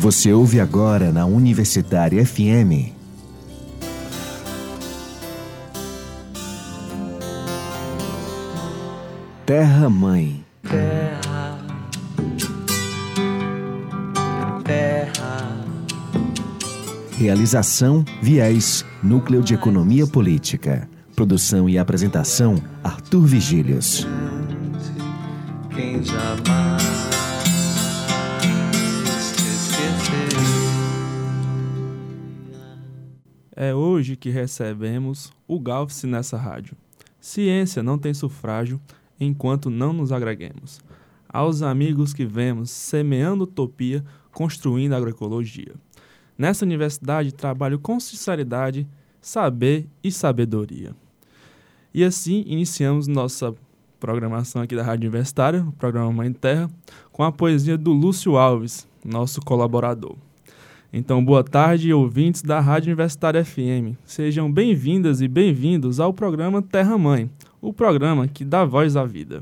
Você ouve agora na Universitária FM. Terra Mãe. Terra, terra. Realização Viés, Núcleo de Economia Política. Produção e apresentação, Arthur Vigílios. Quem jamais te esquecer. É hoje que recebemos o Galvce nessa rádio. Ciência não tem sufrágio enquanto não nos agreguemos. Aos amigos que vemos semeando utopia, construindo agroecologia. Nessa universidade trabalho com sinceridade, saber e sabedoria. E assim iniciamos nossa programação aqui da Rádio Universitária, o programa Mãe Terra, com a poesia do Lúcio Alves, nosso colaborador. Então, boa tarde, ouvintes da Rádio Universitária FM. Sejam bem-vindas e bem-vindos ao programa Terra Mãe, o programa que dá voz à vida.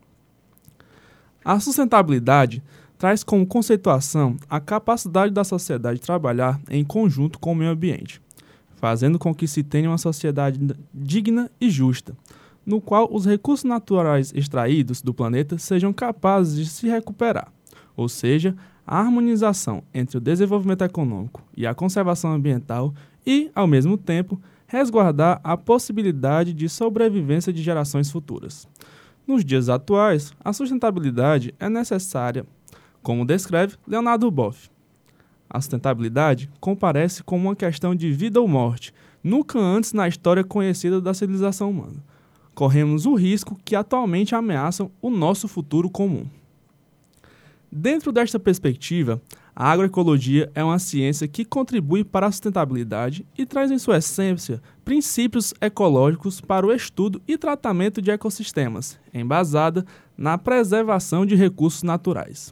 A sustentabilidade traz como conceituação a capacidade da sociedade de trabalhar em conjunto com o meio ambiente, fazendo com que se tenha uma sociedade digna e justa, no qual os recursos naturais extraídos do planeta sejam capazes de se recuperar, ou seja, a harmonização entre o desenvolvimento econômico e a conservação ambiental e, ao mesmo tempo, resguardar a possibilidade de sobrevivência de gerações futuras. Nos dias atuais, a sustentabilidade é necessária, como descreve Leonardo Boff. A sustentabilidade comparece como uma questão de vida ou morte, nunca antes na história conhecida da civilização humana. Corremos o risco que atualmente ameaçam o nosso futuro comum. Dentro desta perspectiva, a agroecologia é uma ciência que contribui para a sustentabilidade e traz em sua essência princípios ecológicos para o estudo e tratamento de ecossistemas, embasada na preservação de recursos naturais.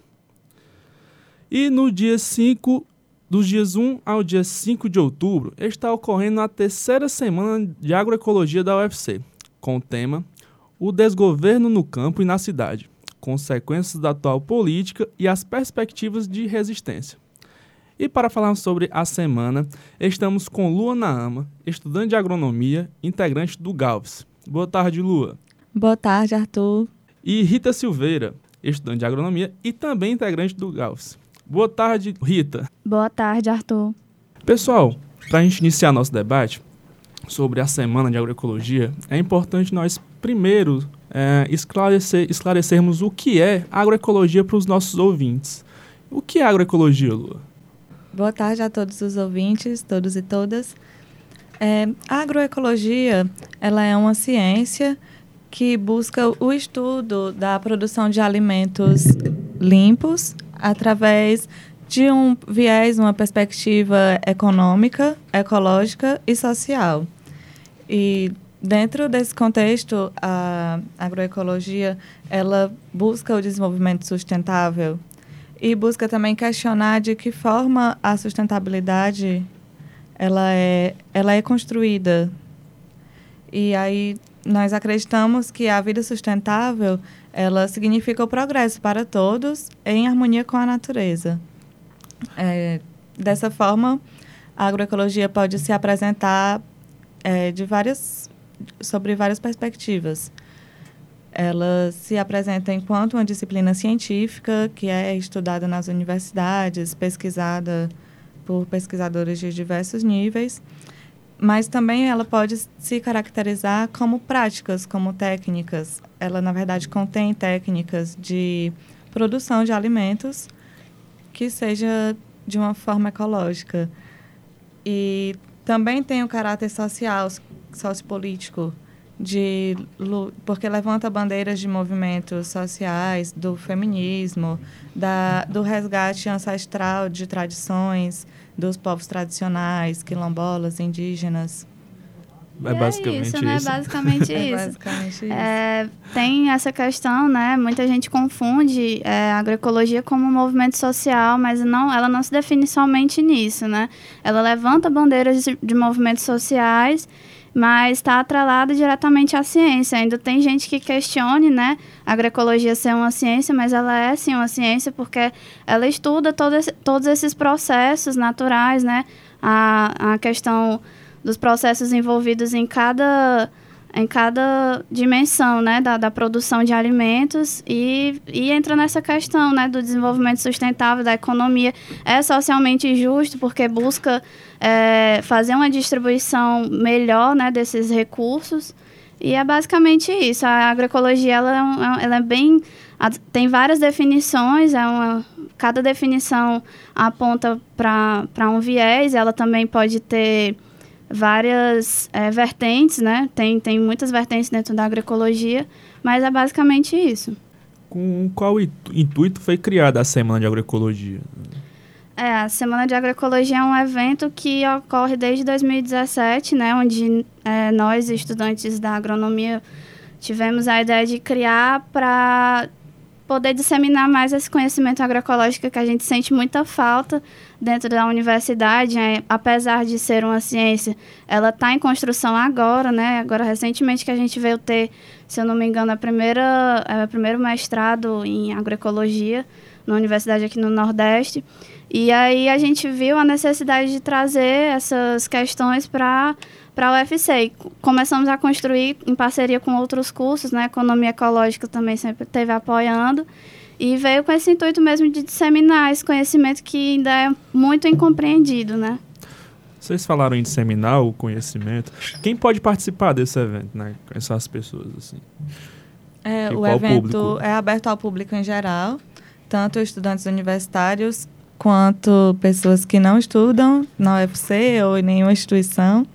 E no dia 5, dos dias 1 ao dia 5 de outubro, está ocorrendo a terceira semana de agroecologia da UFC, com o tema O Desgoverno no Campo e na Cidade, consequências da atual política e as perspectivas de resistência. E para falar sobre a semana, estamos com Lua Naama, estudante de agronomia, integrante do Galvce. Boa tarde, Lua. Boa tarde, Arthur. E Rita Silveira, estudante de agronomia e também integrante do Galvce. Boa tarde, Rita. Boa tarde, Arthur. Pessoal, para a gente iniciar nosso debate sobre a semana de agroecologia, é importante nós primeiro esclarecermos o que é agroecologia para os nossos ouvintes. O que é agroecologia, Lua? Boa tarde a todos os ouvintes, todos e todas. A agroecologia, ela é uma ciência que busca o estudo da produção de alimentos limpos através de um viés, uma perspectiva econômica, ecológica e social. E dentro desse contexto, a agroecologia, ela busca o desenvolvimento sustentável e busca também questionar de que forma a sustentabilidade ela é construída. E aí nós acreditamos que a vida sustentável, ela significa o progresso para todos em harmonia com a natureza. Dessa forma, a agroecologia pode se apresentar sobre várias perspectivas. Ela se apresenta enquanto uma disciplina científica que é estudada nas universidades, pesquisada por pesquisadores de diversos níveis, mas também ela pode se caracterizar como práticas, como técnicas. Ela, na verdade, contém técnicas de produção de alimentos que seja de uma forma ecológica. E também tem o caráter social, sociopolítico, porque levanta bandeiras de movimentos sociais, do feminismo, do resgate ancestral de tradições dos povos tradicionais, quilombolas, indígenas. É basicamente isso, né? isso. Basicamente isso. Basicamente isso. Tem essa questão, né? Muita gente confunde a agroecologia como um movimento social, mas ela não se define somente nisso, né? Ela levanta bandeiras de movimentos sociais mas está atrelado diretamente à ciência. Ainda tem gente que questione, né, a agroecologia ser uma ciência, mas ela é sim uma ciência porque ela estuda todos esses processos naturais, né, a questão dos processos envolvidos em cada dimensão, né, da produção de alimentos e entra nessa questão, né, do desenvolvimento sustentável, da economia. É socialmente justo porque busca fazer uma distribuição melhor, né, desses recursos e é basicamente isso. A agroecologia ela é bem... Tem várias definições, cada definição aponta para um viés, ela também pode ter várias vertentes, né? Tem muitas vertentes dentro da agroecologia, mas é basicamente isso. Com qual intuito foi criada a Semana de Agroecologia? A Semana de Agroecologia é um evento que ocorre desde 2017, né? Onde nós, estudantes da agronomia, tivemos a ideia de criar para poder disseminar mais esse conhecimento agroecológico que a gente sente muita falta dentro da universidade, apesar de ser uma ciência, ela está em construção agora, né? Agora, recentemente, que a gente veio ter, se eu não me engano, o primeiro mestrado em agroecologia na universidade aqui no Nordeste. E aí a gente viu a necessidade de trazer essas questões para a UFC. E começamos a construir em parceria com outros cursos, né? Economia ecológica também sempre esteve apoiando. E veio com esse intuito mesmo de disseminar esse conhecimento que ainda é muito incompreendido, né? Vocês falaram em disseminar o conhecimento. Quem pode participar desse evento, né? Quem são as pessoas, assim? O evento é aberto ao público em geral, tanto estudantes universitários quanto pessoas que não estudam na UFC ou em nenhuma instituição.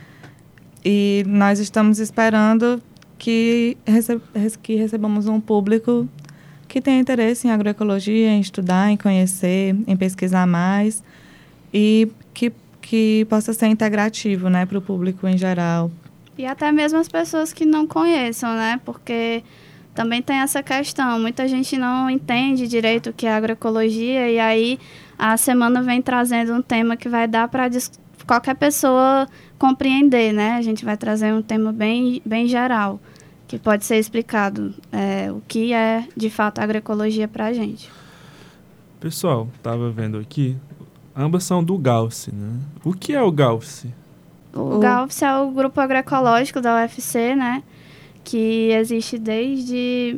E nós estamos esperando que recebamos um público que tem interesse em agroecologia, em estudar, em conhecer, em pesquisar mais e que possa ser integrativo, né, para o público em geral. E até mesmo as pessoas que não conheçam, né, porque também tem essa questão, muita gente não entende direito o que é agroecologia e aí a semana vem trazendo um tema que vai dar para qualquer pessoa compreender, né? A gente vai trazer um tema bem geral, que pode ser explicado o que é, de fato, a agroecologia para a gente. Pessoal, estava vendo aqui, ambas são do GAUFSE, né? O que é o GAUFSE? O GAUFSE é o Grupo Agroecológico da UFC, né? Que existe desde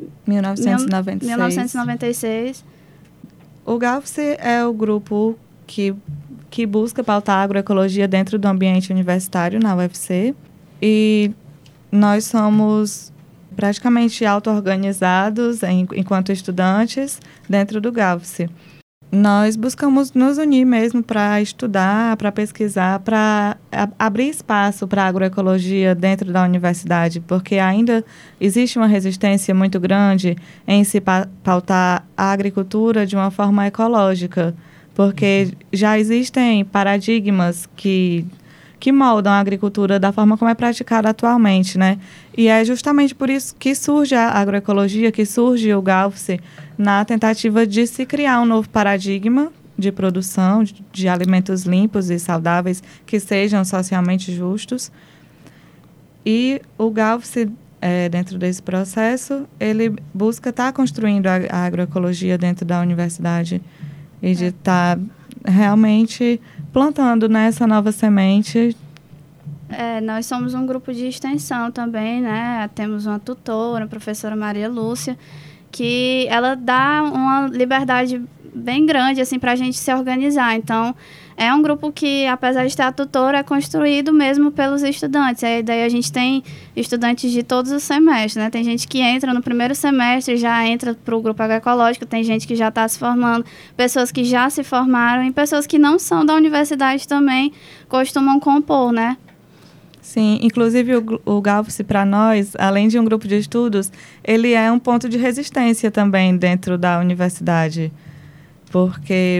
1996. O GAUFSE é o grupo que busca pautar a agroecologia dentro do ambiente universitário na UFC. E nós somos praticamente auto-organizados enquanto estudantes dentro do GAUFSE. Nós buscamos nos unir mesmo para estudar, para pesquisar, para abrir espaço para a agroecologia dentro da universidade, porque ainda existe uma resistência muito grande em se pautar a agricultura de uma forma ecológica, porque já existem paradigmas que moldam a agricultura da forma como é praticada atualmente, né? E é justamente por isso que surge a agroecologia, que surge o GAUFSE, na tentativa de se criar um novo paradigma de produção de alimentos limpos e saudáveis que sejam socialmente justos. E o GAUFSE, dentro desse processo, ele busca estar construindo a agroecologia dentro da universidade e de estar realmente plantando nessa nova semente. Nós somos um grupo de extensão também, né? Temos uma tutora, a professora Maria Lúcia, que ela dá uma liberdade bem grande assim, para a gente se organizar. Então, é um grupo que, apesar de ter a tutora, é construído mesmo pelos estudantes. E daí a gente tem estudantes de todos os semestres, né? Tem gente que entra no primeiro semestre e já entra para o grupo agroecológico, tem gente que já está se formando, pessoas que já se formaram e pessoas que não são da universidade também costumam compor, né? Sim, inclusive o GAUFSE, para nós, além de um grupo de estudos, ele é um ponto de resistência também dentro da universidade, porque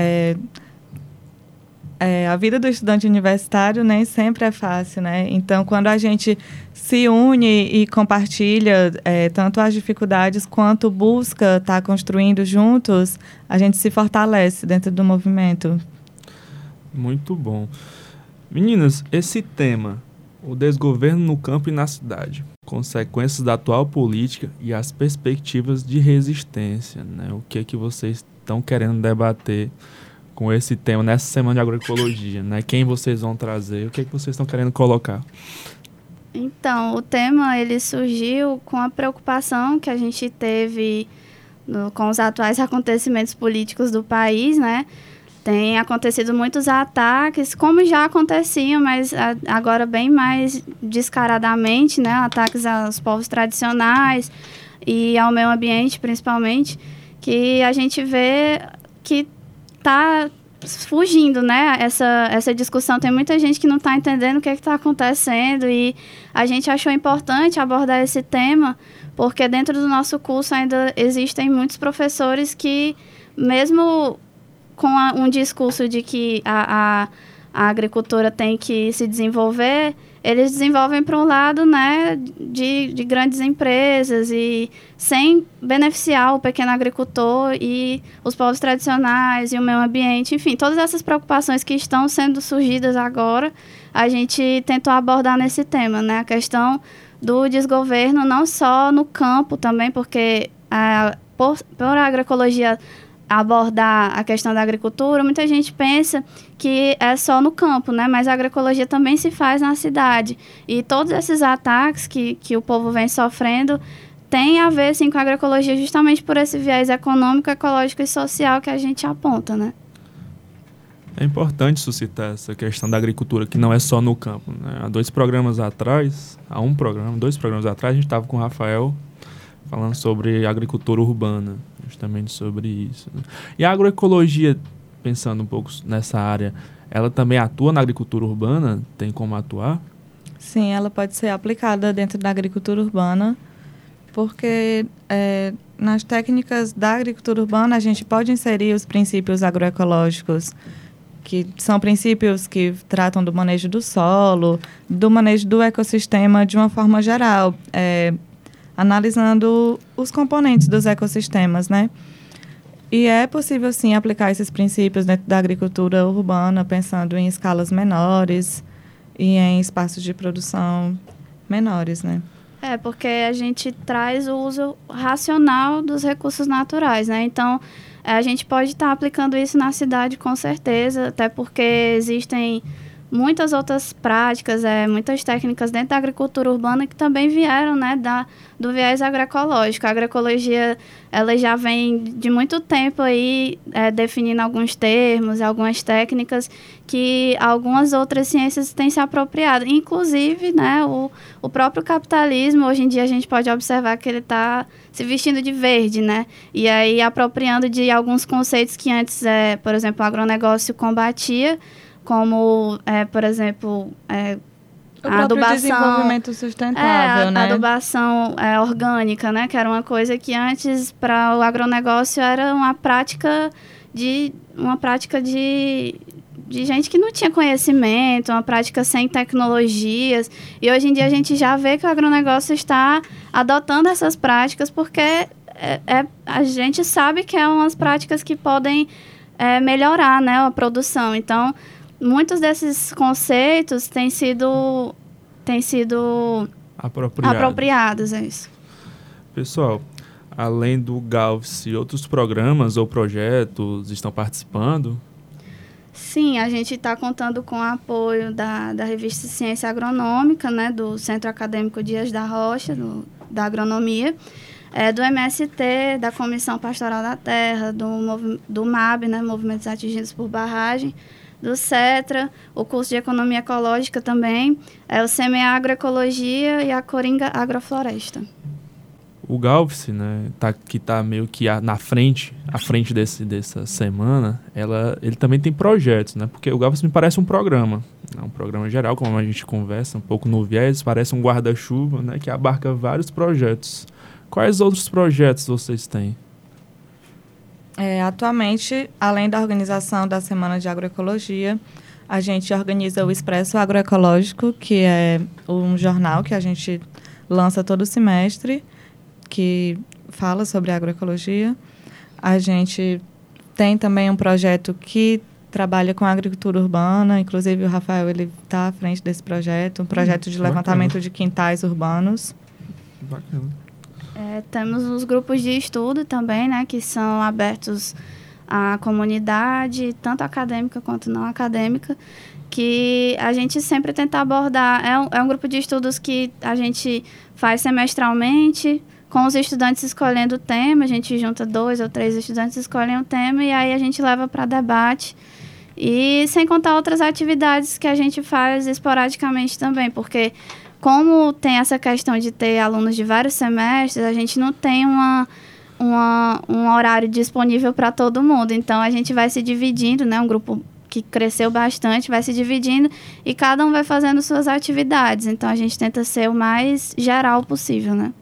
a vida do estudante universitário nem sempre é fácil, né? Então, quando a gente se une e compartilha tanto as dificuldades quanto busca estar construindo juntos, a gente se fortalece dentro do movimento. Muito bom. Meninas, esse tema O desgoverno no campo e na cidade, consequências da atual política e as perspectivas de resistência, né? O que é que vocês estão querendo debater com esse tema nessa semana de agroecologia, né? Quem vocês vão trazer, o que é que vocês estão querendo colocar? Então, o tema ele surgiu com a preocupação que a gente teve com os atuais acontecimentos políticos do país, né? Tem acontecido muitos ataques, como já aconteciam, mas agora bem mais descaradamente, né? Ataques aos povos tradicionais e ao meio ambiente, principalmente, que a gente vê que está fugindo, né? Essa discussão. Tem muita gente que não está entendendo o que está acontecendo e a gente achou importante abordar esse tema, porque dentro do nosso curso ainda existem muitos professores que, mesmo com um discurso de que a agricultura tem que se desenvolver, eles desenvolvem para um lado, né, de grandes empresas e sem beneficiar o pequeno agricultor e os povos tradicionais e o meio ambiente. Enfim, todas essas preocupações que estão sendo surgidas agora, a gente tentou abordar nesse tema, né, a questão do desgoverno, não só no campo também, porque por a agroecologia abordar a questão da agricultura, muita gente pensa que é só no campo, né? Mas a agroecologia também se faz na cidade. E todos esses ataques que o povo vem sofrendo têm a ver, sim, com a agroecologia, justamente por esse viés econômico, ecológico e social que a gente aponta, né? É importante suscitar essa questão da agricultura, que não é só no campo, né? Há dois programas atrás, a gente estava com o Rafael falando sobre agricultura urbana, justamente sobre isso, né? E a agroecologia, pensando um pouco nessa área, ela também atua na agricultura urbana? Tem como atuar? Sim, ela pode ser aplicada dentro da agricultura urbana, porque nas técnicas da agricultura urbana a gente pode inserir os princípios agroecológicos, que são princípios que tratam do manejo do solo, do manejo do ecossistema de uma forma geral, analisando os componentes dos ecossistemas, né? E é possível, sim, aplicar esses princípios dentro da agricultura urbana, pensando em escalas menores e em espaços de produção menores, né? Porque a gente traz o uso racional dos recursos naturais, né? Então, a gente pode estar aplicando isso na cidade, com certeza, até porque existem muitas outras práticas, muitas técnicas dentro da agricultura urbana que também vieram, né, do viés agroecológico. A agroecologia, ela já vem de muito tempo aí definindo alguns termos, algumas técnicas que algumas outras ciências têm se apropriado. Inclusive, né, o próprio capitalismo, hoje em dia a gente pode observar que ele está se vestindo de verde, né, e aí apropriando de alguns conceitos que antes, por exemplo, o agronegócio combatia, como, por exemplo, a adubação, desenvolvimento sustentável, né? A adubação orgânica, né? Que era uma coisa que antes, para o agronegócio, era uma prática de gente que não tinha conhecimento, uma prática sem tecnologias. E hoje em dia a gente já vê que o agronegócio está adotando essas práticas porque a gente sabe que é umas práticas que podem melhorar, né, a produção. Então, muitos desses conceitos têm sido apropriados, é isso. Pessoal, além do GALVS, outros programas ou projetos estão participando? Sim, a gente está contando com o apoio da revista Ciência Agronômica, né, do Centro Acadêmico Dias da Rocha, da Agronomia, do MST, da Comissão Pastoral da Terra, do MAB, né, Movimentos Atingidos por Barragem, do CETRA, o curso de Economia Ecológica também, o SEMEA Agroecologia e a Coringa Agrofloresta. O GALVS, né, que está meio que à frente dessa semana, ele também tem projetos, né, porque o GALVS me parece um programa geral, como a gente conversa, um pouco no viés, parece um guarda-chuva, né, que abarca vários projetos. Quais outros projetos vocês têm? Atualmente, além da organização da Semana de Agroecologia, a gente organiza o Expresso Agroecológico, que é um jornal que a gente lança todo semestre, que fala sobre agroecologia. A gente tem também um projeto que trabalha com agricultura urbana, inclusive o Rafael está à frente desse projeto, um projeto de levantamento de quintais urbanos. Bacana. Temos os grupos de estudo também, né, que são abertos à comunidade, tanto acadêmica quanto não acadêmica, que a gente sempre tenta abordar. É um grupo de estudos que a gente faz semestralmente, com os estudantes escolhendo o tema. A gente junta 2 ou 3 estudantes, escolhem o tema e aí a gente leva para debate. E sem contar outras atividades que a gente faz esporadicamente também, porque como tem essa questão de ter alunos de vários semestres, a gente não tem um horário disponível para todo mundo. Então, a gente vai se dividindo, né? Um grupo que cresceu bastante vai se dividindo e cada um vai fazendo suas atividades. Então, a gente tenta ser o mais geral possível, né?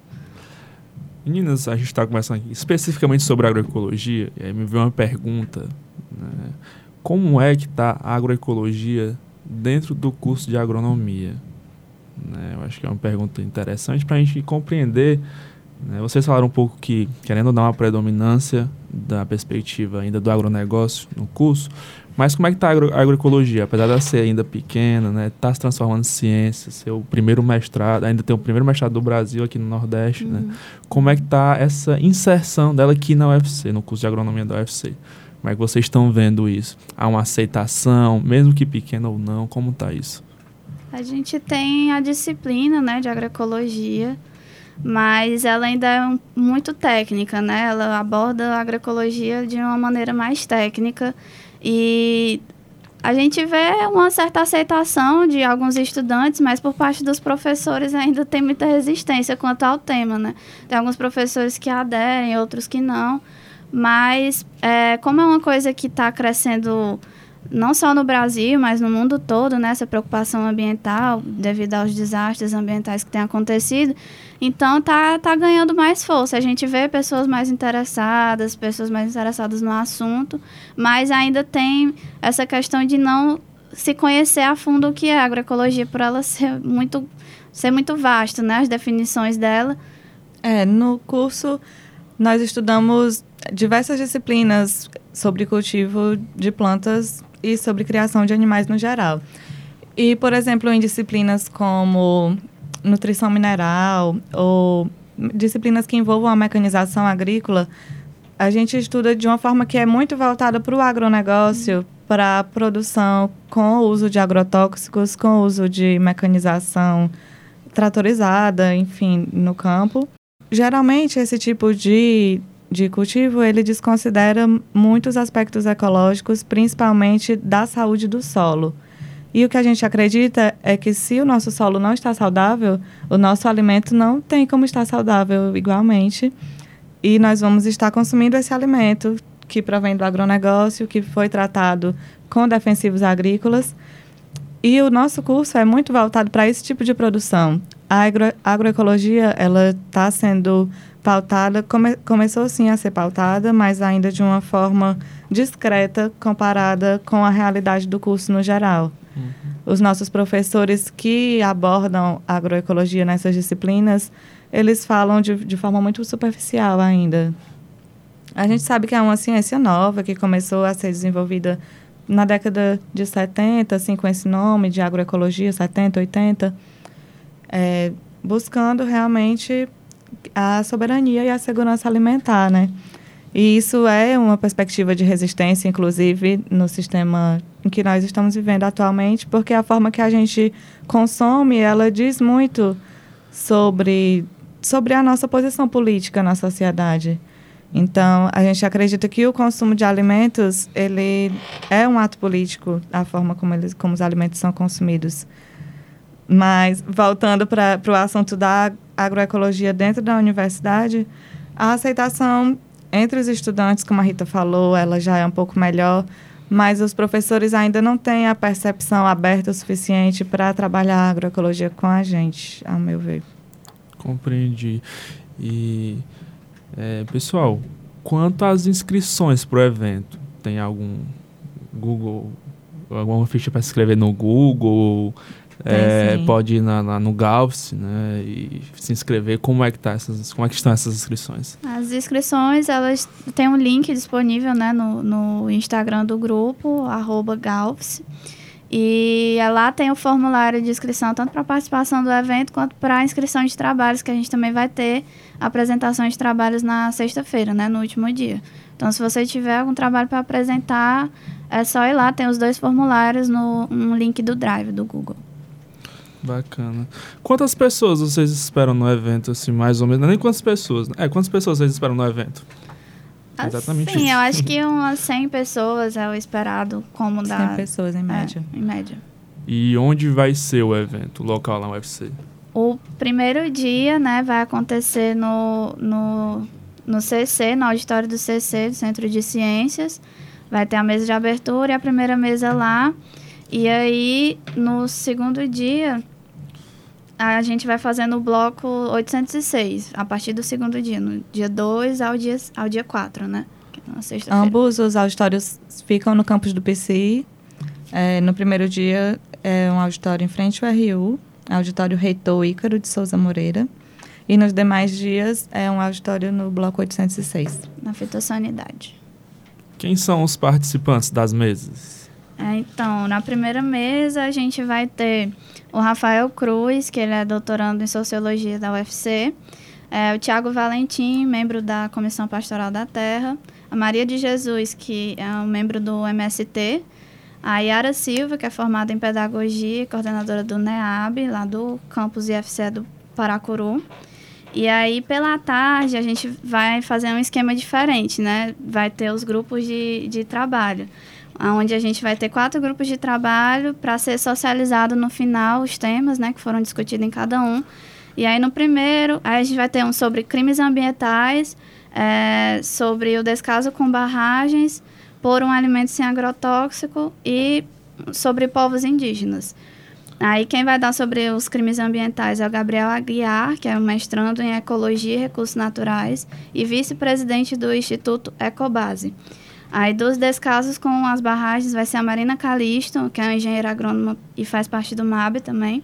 Meninas, a gente está conversando aqui especificamente sobre agroecologia, e aí me veio uma pergunta, né? Como é que está a agroecologia dentro do curso de agronomia? Né? Eu acho que é uma pergunta interessante para a gente compreender. Né? Vocês falaram um pouco que, querendo dar uma predominância da perspectiva ainda do agronegócio no curso, mas como é que está a agroecologia? Apesar de ser ainda pequena, né? Está se transformando em ciência, ser o primeiro mestrado, ainda tem o primeiro mestrado do Brasil aqui no Nordeste. Né? Como é que está essa inserção dela aqui na UFC, no curso de agronomia da UFC? Como é que vocês estão vendo isso? Há uma aceitação, mesmo que pequena ou não? Como está isso? A gente tem a disciplina, né, de agroecologia, mas ela ainda é muito técnica, né? Ela aborda a agroecologia de uma maneira mais técnica e a gente vê uma certa aceitação de alguns estudantes, mas por parte dos professores ainda tem muita resistência quanto ao tema, né? Tem alguns professores que aderem, outros que não, mas como é uma coisa que está crescendo não só no Brasil, mas no mundo todo, né, essa preocupação ambiental devido aos desastres ambientais que têm acontecido, então tá ganhando mais força. A gente vê pessoas mais interessadas no assunto, mas ainda tem essa questão de não se conhecer a fundo o que é a agroecologia, por ela ser muito vasto, né, as definições dela. No curso nós estudamos diversas disciplinas sobre cultivo de plantas e sobre criação de animais no geral. E, por exemplo, em disciplinas como nutrição mineral ou disciplinas que envolvam a mecanização agrícola, a gente estuda de uma forma que é muito voltada para o agronegócio, para a produção com o uso de agrotóxicos, com o uso de mecanização tratorizada, enfim, no campo. Geralmente, esse tipo de cultivo, ele desconsidera muitos aspectos ecológicos, principalmente da saúde do solo. E o que a gente acredita é que se o nosso solo não está saudável, o nosso alimento não tem como estar saudável igualmente. E nós vamos estar consumindo esse alimento que provém do agronegócio, que foi tratado com defensivos agrícolas. E o nosso curso é muito voltado para esse tipo de produção. A agroecologia, ela está sendo pautada, começou sim a ser pautada, mas ainda de uma forma discreta comparada com a realidade do curso no geral. Os nossos professores que abordam agroecologia nessas disciplinas, eles falam de forma muito superficial ainda. A gente sabe que é uma ciência nova que começou a ser desenvolvida na década de 70, assim, com esse nome de agroecologia, 70, 80, buscando realmente a soberania e a segurança alimentar, né? E isso é uma perspectiva de resistência, inclusive, no sistema em que nós estamos vivendo atualmente, porque a forma que a gente consome, ela diz muito sobre a nossa posição política na sociedade. Então, a gente acredita que o consumo de alimentos, ele é um ato político, a forma como os alimentos são consumidos. Mas, voltando para o assunto da agroecologia dentro da universidade, a aceitação entre os estudantes, como a Rita falou, ela já é um pouco melhor, mas os professores ainda não têm a percepção aberta o suficiente para trabalhar a agroecologia com a gente, ao meu ver. Compreendi. E, pessoal, quanto às inscrições para o evento, tem algum Google, alguma ficha para se inscrever no Google? sim. Pode ir no Galvez, né, e se inscrever. Como é que estão essas inscrições? As inscrições, elas têm um link disponível, né, no Instagram do grupo, @Galvez. E lá tem o formulário de inscrição, tanto para participação do evento, quanto para inscrição de trabalhos, que a gente também vai ter apresentação de trabalhos na sexta-feira, né, no último dia. Então, se você tiver algum trabalho para apresentar, é só ir lá, tem os 2 formulários no link do Drive, do Google. Bacana. Quantas pessoas vocês esperam no evento, assim, mais ou menos? Não é nem quantas pessoas, né? Quantas pessoas vocês esperam no evento? Exatamente Sim, isso. eu acho que umas 100 pessoas é o esperado, como 100 pessoas em média. Em média. E onde vai ser o evento, o local lá no UFC? O primeiro dia, né, vai acontecer no CC, no auditório do CC, do Centro de Ciências. Vai ter a mesa de abertura e a primeira mesa lá. E aí, no segundo dia, a gente vai fazendo o bloco 806, a partir do segundo dia, no dia 2 ao dia 4, né? Na sexta-feira. Ambos os auditórios ficam no campus do PCI. No primeiro dia, é um auditório em frente ao RU, auditório Reitor Ícaro de Souza Moreira. E nos demais dias, é um auditório no bloco 806. Na fitossanidade. Quem são os participantes das mesas? Então, na primeira mesa, a gente vai ter o Rafael Cruz, que ele é doutorando em Sociologia da UFC, o Tiago Valentim, membro da Comissão Pastoral da Terra, a Maria de Jesus, que é um membro do MST, a Yara Silva, que é formada em Pedagogia e coordenadora do NEAB, lá do campus IFCE do Paracuru. E aí, pela tarde, a gente vai fazer um esquema diferente, né? Vai ter os grupos de trabalho, onde a gente vai ter 4 grupos de trabalho para ser socializado no final os temas, né, que foram discutidos em cada um. E aí, no primeiro, a gente vai ter um sobre crimes ambientais, sobre o descaso com barragens por um alimento sem agrotóxico e sobre povos indígenas. Aí quem vai dar sobre os crimes ambientais é o Gabriel Aguiar, que é um mestrando em Ecologia e Recursos Naturais e vice-presidente do Instituto Ecobase. Aí dos descasos com as barragens vai ser a Marina Calisto, que é uma engenheira agrônoma e faz parte do MAB também.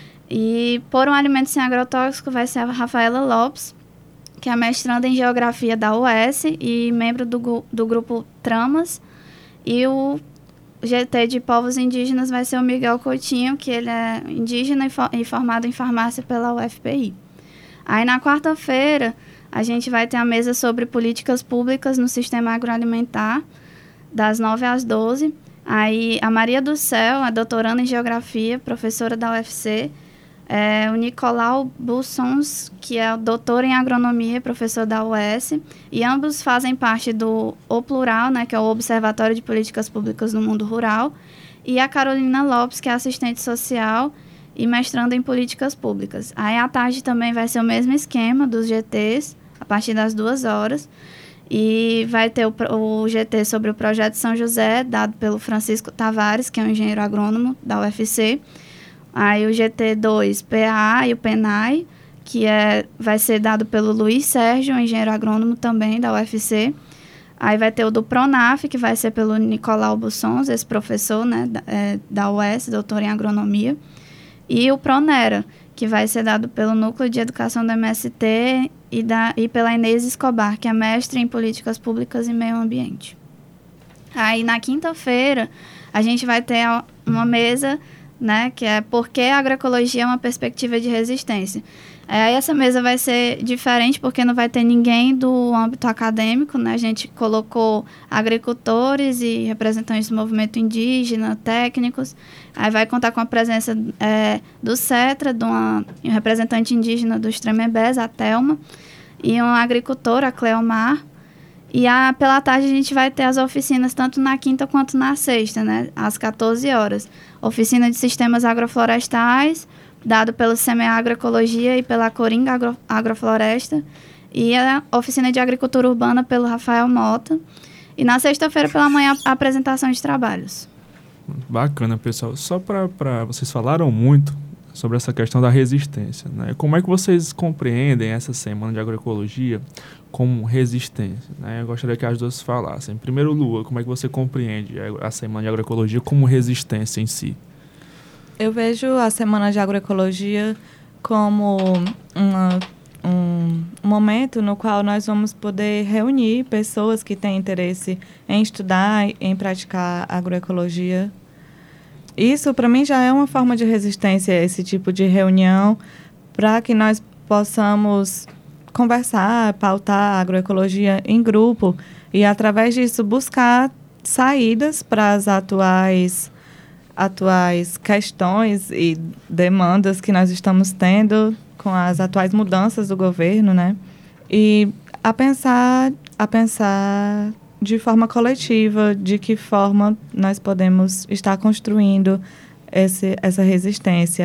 E por um alimento sem agrotóxico vai ser a Rafaela Lopes, que é mestranda em Geografia da UES e membro do grupo Tramas. E o GT de povos indígenas vai ser o Miguel Coutinho, que ele é indígena e formado em farmácia pela UFPI. Aí na quarta-feira a gente vai ter a mesa sobre políticas públicas no sistema agroalimentar, das 9 às 12. Aí a Maria do Céu, a doutoranda em Geografia, professora da UFC, o Nicolau Bussons, que é o doutor em Agronomia e professor da UES, e ambos fazem parte do O Plural, né, que é o Observatório de Políticas Públicas no Mundo Rural, e a Carolina Lopes, que é assistente social e mestrando em Políticas Públicas. Aí à tarde também vai ser o mesmo esquema dos GTs, a partir das 2 horas, e vai ter o GT sobre o Projeto São José, dado pelo Francisco Tavares, que é um engenheiro agrônomo da UFC. Aí o GT2 PA e o PENAI, que vai ser dado pelo Luiz Sérgio, um engenheiro agrônomo também da UFC. Aí vai ter o do PRONAF, que vai ser pelo Nicolau Bussons, esse professor, né, da UES, doutor em agronomia. E o PRONERA, que vai ser dado pelo Núcleo de Educação do MST e pela Inês Escobar, que é mestre em Políticas Públicas e Meio Ambiente. Aí na quinta-feira a gente vai ter uma mesa, né, que é Por que a Agroecologia é uma Perspectiva de Resistência. Aí essa mesa vai ser diferente porque não vai ter ninguém do âmbito acadêmico, né? A gente colocou agricultores e representantes do movimento indígena, técnicos. Aí vai contar com a presença do CETRA, um representante indígena dos Tremembés, a Thelma, e uma agricultora, a Cleomar. E pela tarde a gente vai ter as oficinas tanto na quinta quanto na sexta, né? Às 14 horas. Oficina de Sistemas Agroflorestais, dado pelo CMA Agroecologia e pela Coringa Agrofloresta, e a oficina de Agricultura Urbana pelo Rafael Mota. E na sexta-feira pela manhã a apresentação de trabalhos. Bacana, pessoal. Só para vocês falaram muito sobre essa questão da resistência, né? Como é que vocês compreendem essa semana de agroecologia como resistência, né? Eu gostaria que as duas falassem. Primeiro, Lua, como é que você compreende a semana de agroecologia como resistência em si? Eu vejo a Semana de Agroecologia como um momento no qual nós vamos poder reunir pessoas que têm interesse em estudar, em praticar agroecologia. Isso, para mim, já é uma forma de resistência, esse tipo de reunião, para que nós possamos conversar, pautar a agroecologia em grupo e, através disso, buscar saídas para as atuais questões e demandas que nós estamos tendo com as atuais mudanças do governo, né? E a pensar de forma coletiva, de que forma nós podemos estar construindo essa resistência,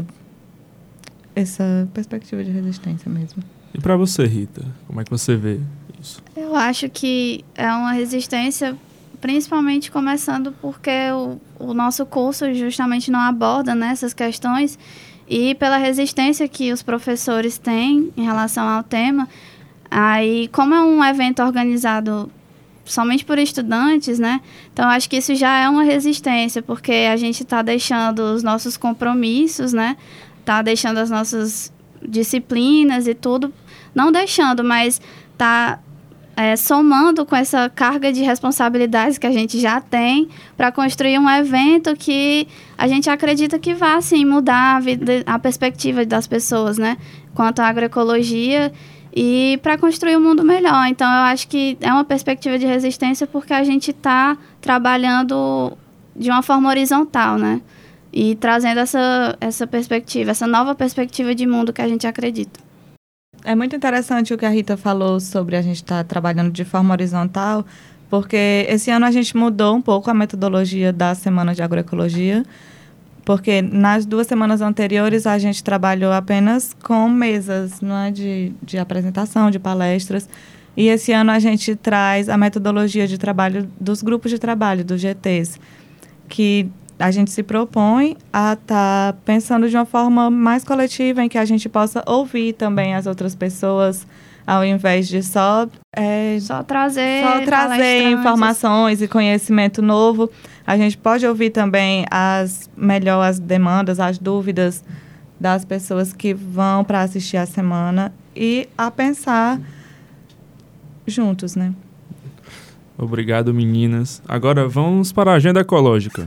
essa perspectiva de resistência mesmo. E para você, Rita, como é que você vê isso? Eu acho que é uma resistência, principalmente começando porque o nosso curso justamente não aborda, né, essas questões, e pela resistência que os professores têm em relação ao tema. Aí, como é um evento organizado somente por estudantes, né? Então, acho que isso já é uma resistência, porque a gente está deixando os nossos compromissos, né? Está deixando as nossas disciplinas e tudo, não deixando, mas está somando com essa carga de responsabilidades que a gente já tem para construir um evento que a gente acredita que vai, sim, mudar a perspectiva das pessoas, né? Quanto à agroecologia e para construir um mundo melhor. Então, eu acho que é uma perspectiva de resistência porque a gente está trabalhando de uma forma horizontal, né? E trazendo essa perspectiva, essa nova perspectiva de mundo que a gente acredita. É muito interessante o que a Rita falou sobre a gente estar trabalhando de forma horizontal, porque esse ano a gente mudou um pouco a metodologia da Semana de Agroecologia, porque nas 2 semanas anteriores a gente trabalhou apenas com mesas, não é, de apresentação, de palestras, e esse ano a gente traz a metodologia de trabalho dos grupos de trabalho, dos GTs, que a gente se propõe a estar pensando de uma forma mais coletiva, em que a gente possa ouvir também as outras pessoas, ao invés de só trazer informações e conhecimento novo. A gente pode ouvir também as demandas, as dúvidas das pessoas que vão para assistir a semana e a pensar juntos, né? Obrigado, meninas. Agora vamos para a agenda ecológica.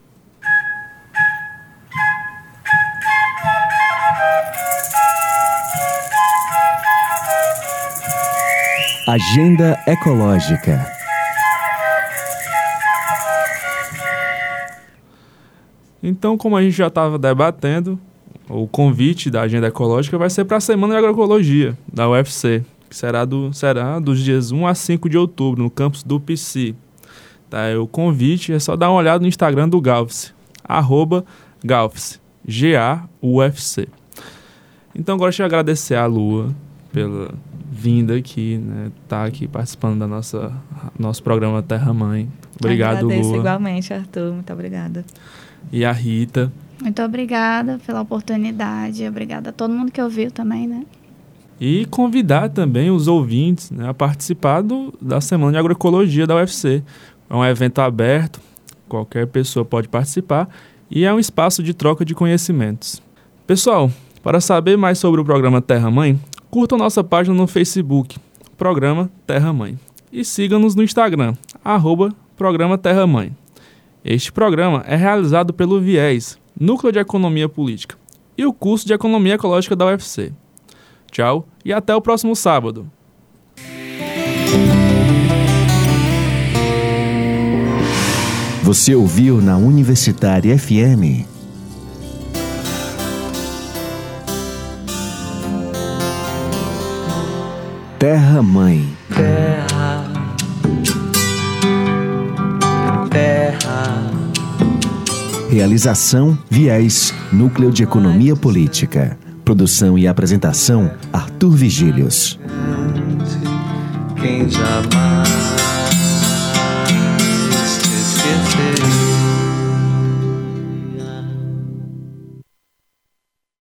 Agenda ecológica. Então, como a gente já estava debatendo, o convite da agenda ecológica vai ser para a Semana de Agroecologia da UFC, que será dos dias 1 a 5 de outubro, no campus do PC. Tá, o convite é só dar uma olhada no Instagram do Galfce, @Galfce, GAUFC. Então, gosto de agradecer a Lua pela vinda aqui, né? Tá aqui participando da nosso programa Terra Mãe. Obrigado, agradeço Lua. Igualmente, Arthur. Muito obrigada. E a Rita. Muito obrigada pela oportunidade. Obrigada a todo mundo que ouviu também, né? E convidar também os ouvintes, né, a participar da Semana de Agroecologia da UFC. É um evento aberto, qualquer pessoa pode participar e é um espaço de troca de conhecimentos. Pessoal, para saber mais sobre o programa Terra Mãe, curtam nossa página no Facebook, Programa Terra Mãe, e sigam-nos no Instagram, @Programa Terra Mãe. Este programa é realizado pelo VIES, Núcleo de Economia Política, e o curso de Economia Ecológica da UFC. Tchau e até o próximo sábado. Você ouviu na Universitária FM. Terra Mãe. Terra, terra. Realização VIES, Núcleo de Economia Política. Produção e apresentação, Arthur Vigílios. Quem jamais